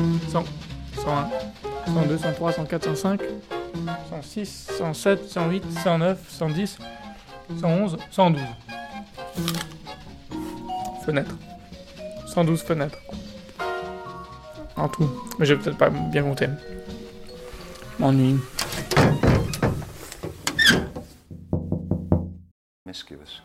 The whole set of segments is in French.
100, 101, 102, 103, 104, 105, 106, 107, 108, 109, 110, 111, 112. Fenêtres. 112 fenêtres. En tout. Mais je vais peut-être pas bien compter. Je m'ennuie. Promiscuous.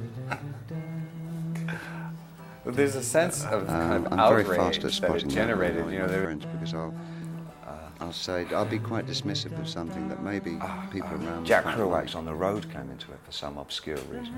There's a sense of kind of outrage that it generated. You know, because I'll say I'll be quite dismissive of something that maybe people around. Jack Kerouac's On the Road came into it for some obscure reason.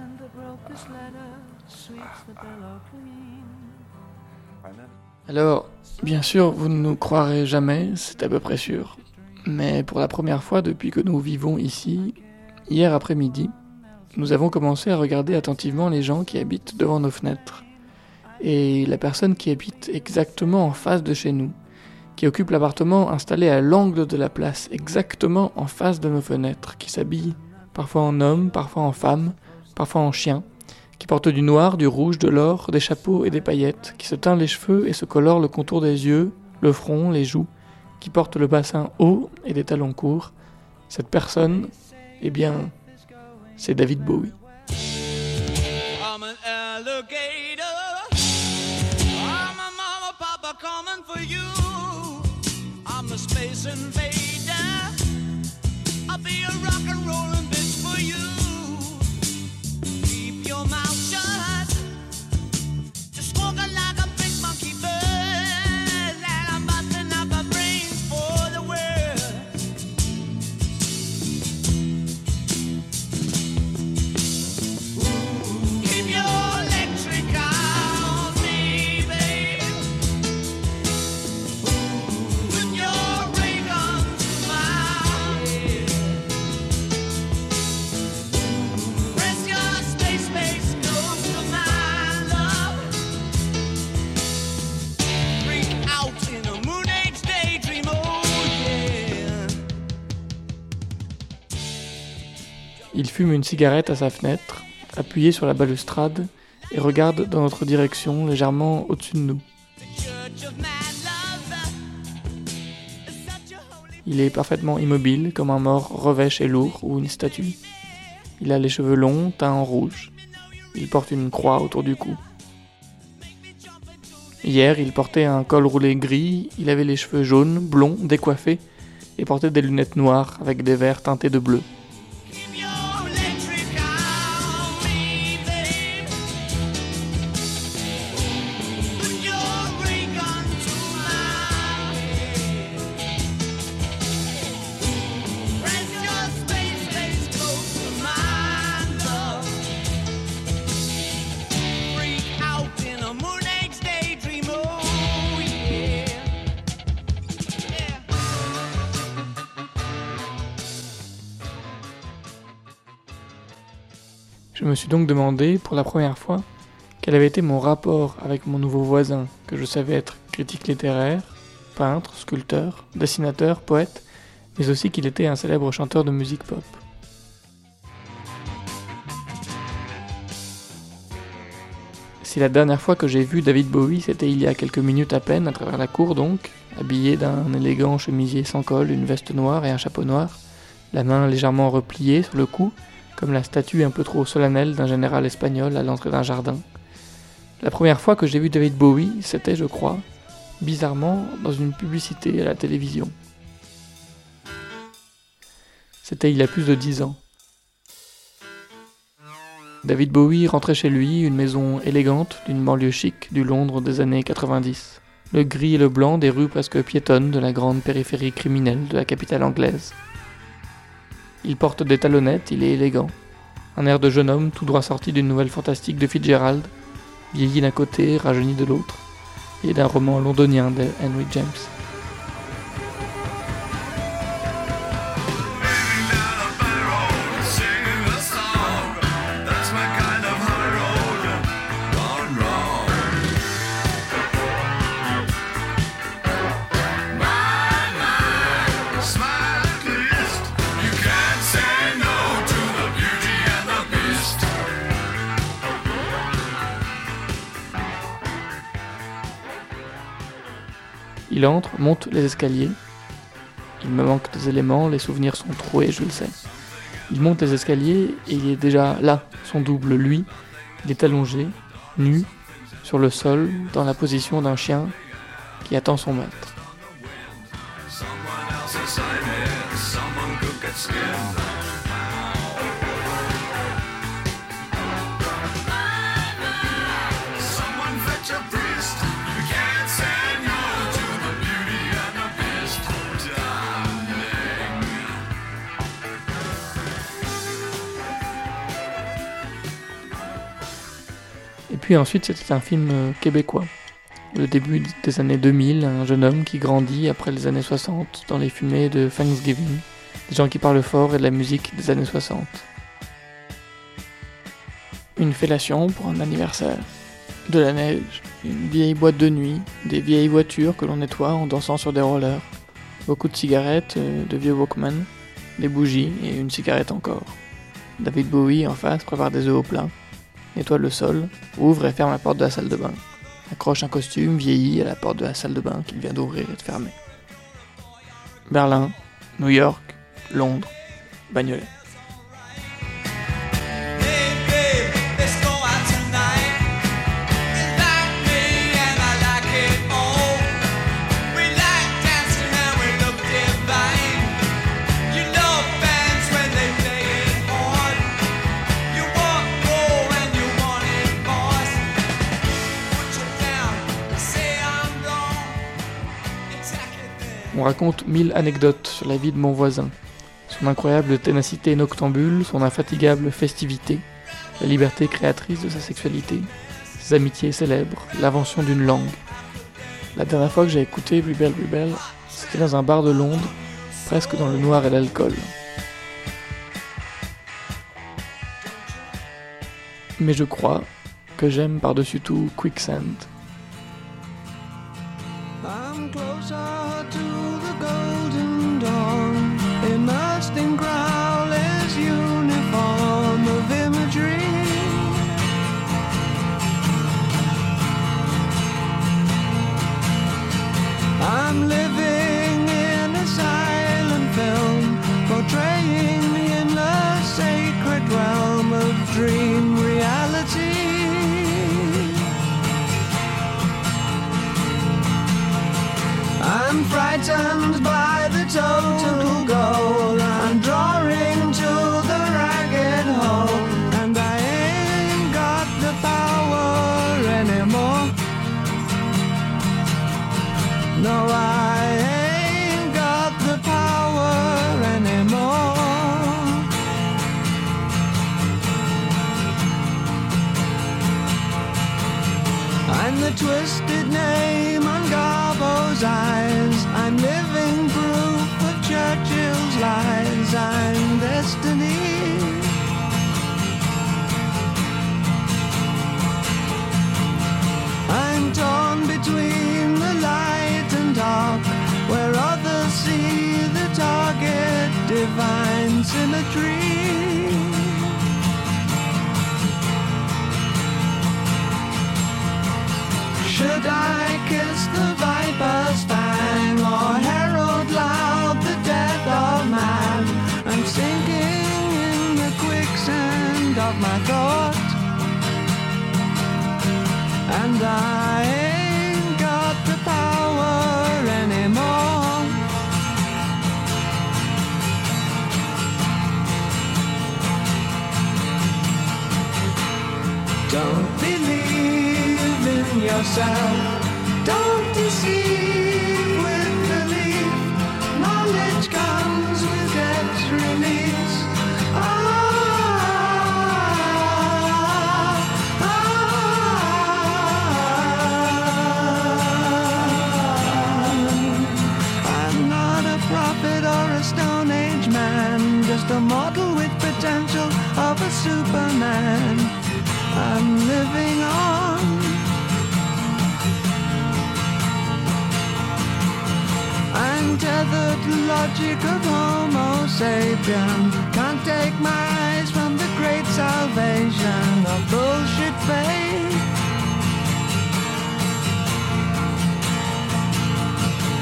Alors, bien sûr, vous ne nous croirez jamais, c'est à peu près sûr. Mais pour la première fois depuis que nous vivons ici, hier après-midi, nous avons commencé à regarder attentivement les gens qui habitent devant nos fenêtres. Et la personne qui habite exactement en face de chez nous, qui occupe l'appartement installé à l'angle de la place, exactement en face de nos fenêtres, qui s'habille parfois en homme, parfois en femme, parfois en chien, qui porte du noir, du rouge, de l'or, des chapeaux et des paillettes, qui se teint les cheveux et se colore le contour des yeux, le front, les joues, qui porte le bassin haut et des talons courts. Cette personne, eh bien, c'est David Bowie. I'm an alligator. I'm a mama, papa coming for you. I'm a space invader. I'll be a rock and rollin' bitch for you. Keep your mouth shut. Just walking like a big monkey bird. And I'm busting up my brains for the world. Keep your electric on me, baby. Put your ray gun to my head. Press your space close to my love. Freak out in a moon age daydream, oh yeah. Il fume une cigarette à sa fenêtre, appuyé sur la balustrade, et regarde dans notre direction, légèrement au-dessus de nous. The church of mad love is such a holy. Il est parfaitement immobile, comme un mort revêche et lourd, ou une statue. Il a les cheveux longs, teints en rouge. Il porte une croix autour du cou. Hier, il portait un col roulé gris, il avait les cheveux jaunes, blonds, décoiffés, et portait des lunettes noires avec des verres teintés de bleu. Keep your electric on me, babe. Put your ray gun to my head. Press your space close to my love. Freak out in a moon age daydream, oh yeah. Yeah. Je me suis donc demandé, pour la première fois, quel avait été mon rapport avec mon nouveau voisin, que je savais être critique littéraire, peintre, sculpteur, dessinateur, poète, mais aussi qu'il était un célèbre chanteur de musique pop. Si la dernière fois que j'ai vu David Bowie, c'était il y a quelques minutes à peine, à travers la cour donc, habillé d'un élégant chemisier sans col, une veste noire et un chapeau noir, la main légèrement repliée sur le cou, comme la statue un peu trop solennelle d'un général espagnol à l'entrée d'un jardin. La première fois que j'ai vu David Bowie, c'était, je crois, bizarrement, dans une publicité à la télévision. C'était il y a plus de 10 ans. David Bowie rentrait chez lui, une maison élégante d'une banlieue chic du Londres des années 90. Le gris et le blanc des rues presque piétonnes de la grande périphérie criminelle de la capitale anglaise. Il porte des talonnettes, il est élégant. Un air de jeune homme tout droit sorti d'une nouvelle fantastique de Fitzgerald, vieilli d'un côté, rajeuni de l'autre, et d'un roman londonien de Henry James. Il entre, monte les escaliers. Il me manque des éléments, les souvenirs sont troués, je le sais. Il monte les escaliers et il est déjà là, son double, lui. Il est allongé, nu, sur le sol, dans la position d'un chien qui attend son maître. Et puis ensuite, c'était un film québécois. Le début des années 2000, un jeune homme qui grandit après les années 60 dans les fumées de Thanksgiving, des gens qui parlent fort et de la musique des années 60. Une fellation pour un anniversaire, de la neige, une vieille boîte de nuit, des vieilles voitures que l'on nettoie en dansant sur des rollers, beaucoup de cigarettes, de vieux Walkman, des bougies et une cigarette encore. David Bowie en face prépare des œufs au plat, nettoie le sol, ouvre et ferme la porte de la salle de bain. Accroche un costume vieilli à la porte de la salle de bain qu'il vient d'ouvrir et de fermer. Berlin, New York, Londres, Bagnolet. On raconte 1000 anecdotes sur la vie de mon voisin, son incroyable ténacité noctambule, son infatigable festivité, la liberté créatrice de sa sexualité, ses amitiés célèbres, l'invention d'une langue. La dernière fois que j'ai écouté Rebel Rebel, c'était dans un bar de Londres, presque dans le noir et l'alcool. Mais je crois que j'aime par-dessus tout Quicksand. I'm closer to the golden dawn, immersed in Crowley's uniform of imagery. I'm living in a silent film, portraying the endless sacred realm of dream reality. I'm frightened by the total goal. I'm drawing to the ragged hole, and I ain't got the power anymore. No, I ain't got the power anymore. I'm the twisted name on Garbo's eyes. I'm living proof of Churchill's lies. I'm destiny. I'm torn between the light and dark, where others see the target, divine symmetry. Should I kiss the viper's fang or herald loud the death of man? I'm sinking in the quicksand of my thought, and I ain't got the power anymore. Don't believe in yourself, don't deceive with belief. Knowledge comes with its release. I'm not a prophet or a Stone Age man, just a model with potential of a Superman. I'm living on. I'm tethered to logic of Homo sapien. Can't take my eyes from the great salvation of bullshit faith.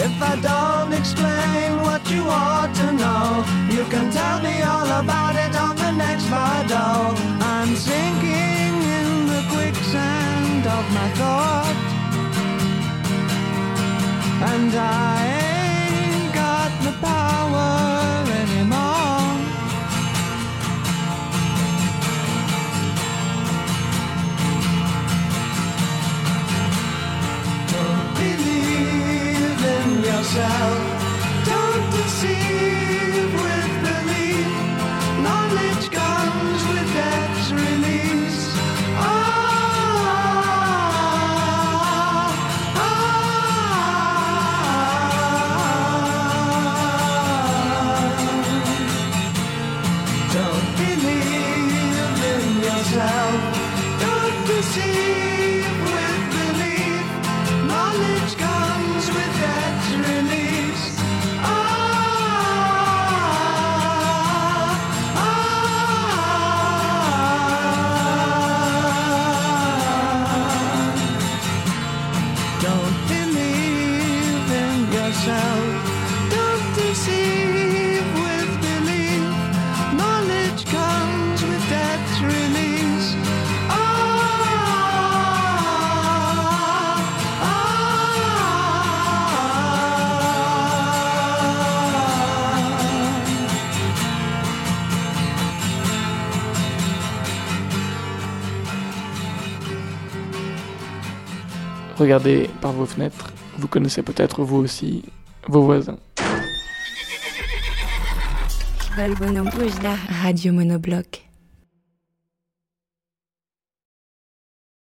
If I don't explain what you ought to know, you can tell me all about it on the next Vado. I'm sinking in the quicksand of my thought, and I ain't got the power anymore. Don't believe in yourself, don't deceive with belief. Knowledge comes with death's release. Don't believe in yourself, don't deceive with belief. Knowledge comes with death's release. Don't believe in yourself, don't deceive with belief. Knowledge comes with death's release. Regardez par vos fenêtres, vous connaissez peut-être vous aussi vos voisins. Radio Monobloc.